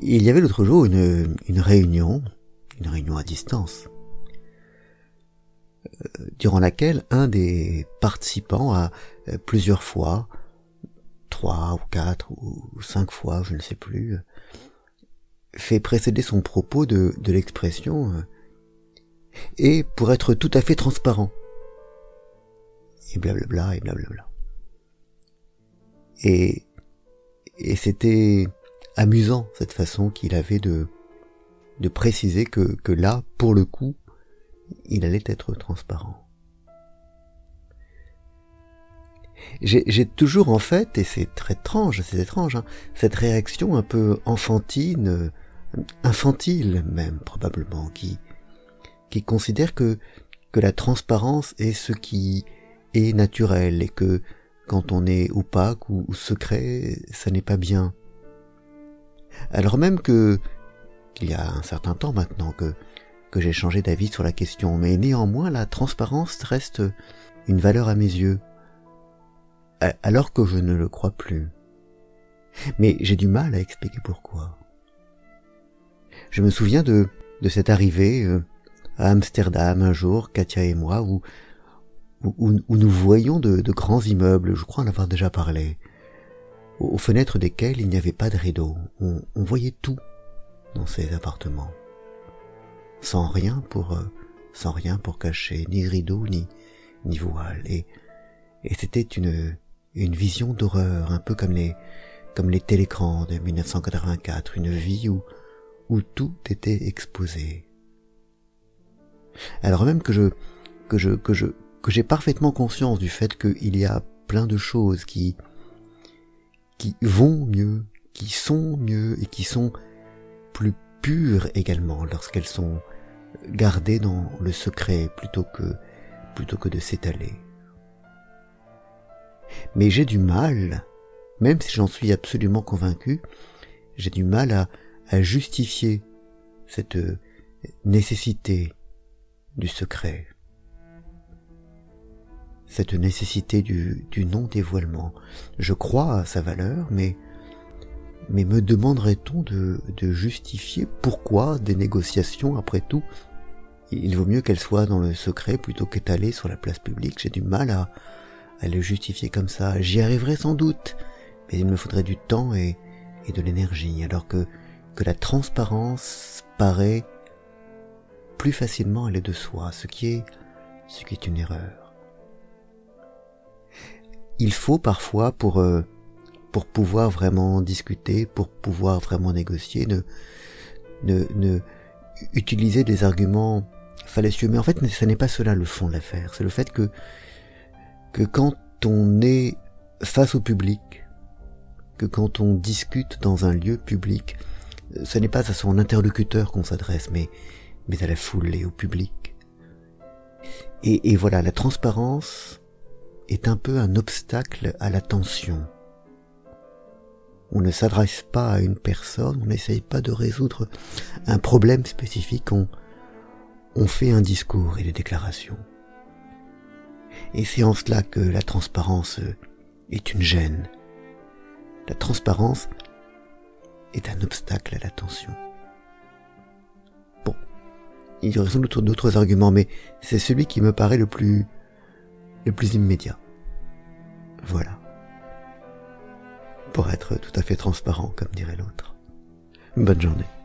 Il y avait l'autre jour une réunion à distance, durant laquelle un des participants a plusieurs fois, 3 ou 4 ou 5 fois, je ne sais plus, fait précéder son propos de l'expression et pour être tout à fait transparent, et blablabla, et blablabla. Et c'était amusant, cette façon qu'il avait de préciser que là, pour le coup, il allait être transparent. J'ai toujours en fait, et c'est étrange, cette réaction un peu enfantine, infantile même probablement, qui considère que la transparence est ce qui est naturel et que quand on est opaque ou secret, ça n'est pas bien. Alors même qu'il y a un certain temps maintenant que j'ai changé d'avis sur la question, mais néanmoins la transparence reste une valeur à mes yeux, alors que je ne le crois plus. Mais j'ai du mal à expliquer pourquoi. Je me souviens de cette arrivée à Amsterdam un jour, Katia et moi, où nous voyions de grands immeubles, je crois en avoir déjà parlé, aux fenêtres desquels il n'y avait pas de rideaux. On voyait tout dans ces appartements, sans rien pour cacher, ni rideaux ni voile, et c'était une vision d'horreur, un peu comme les télécrans de 1984, une vie où tout était exposé. Alors même que j'ai parfaitement conscience du fait qu'il y a plein de choses qui vont mieux, qui sont mieux et qui sont plus pures également lorsqu'elles sont gardées dans le secret plutôt que de s'étaler. Mais j'ai du mal, même si j'en suis absolument convaincu, j'ai du mal à justifier cette nécessité du secret, cette nécessité du non-dévoilement. Je crois à sa valeur, mais me demanderait-on de justifier pourquoi des négociations, après tout, il vaut mieux qu'elles soient dans le secret plutôt qu'étalées sur la place publique. J'ai du mal à le justifier comme ça. J'y arriverai sans doute, mais il me faudrait du temps et de l'énergie, alors que la transparence paraît plus facilement aller de soi, ce qui est une erreur. Il faut parfois pour pouvoir vraiment discuter, pour pouvoir vraiment négocier, ne utiliser des arguments fallacieux. Mais en fait, ce n'est pas cela le fond de l'affaire. C'est le fait que quand on est face au public, que quand on discute dans un lieu public, ce n'est pas à son interlocuteur qu'on s'adresse, mais à la foule et au public. Et voilà, la transparence est un peu un obstacle à l'attention. On ne s'adresse pas à une personne, on n'essaye pas de résoudre un problème spécifique, on fait un discours et des déclarations. Et c'est en cela que la transparence est une gêne. La transparence est un obstacle à l'attention. Bon, il y aurait sans doute d'autres arguments, mais c'est celui qui me paraît le plus immédiat. Voilà. Pour être tout à fait transparent, comme dirait l'autre. Bonne journée.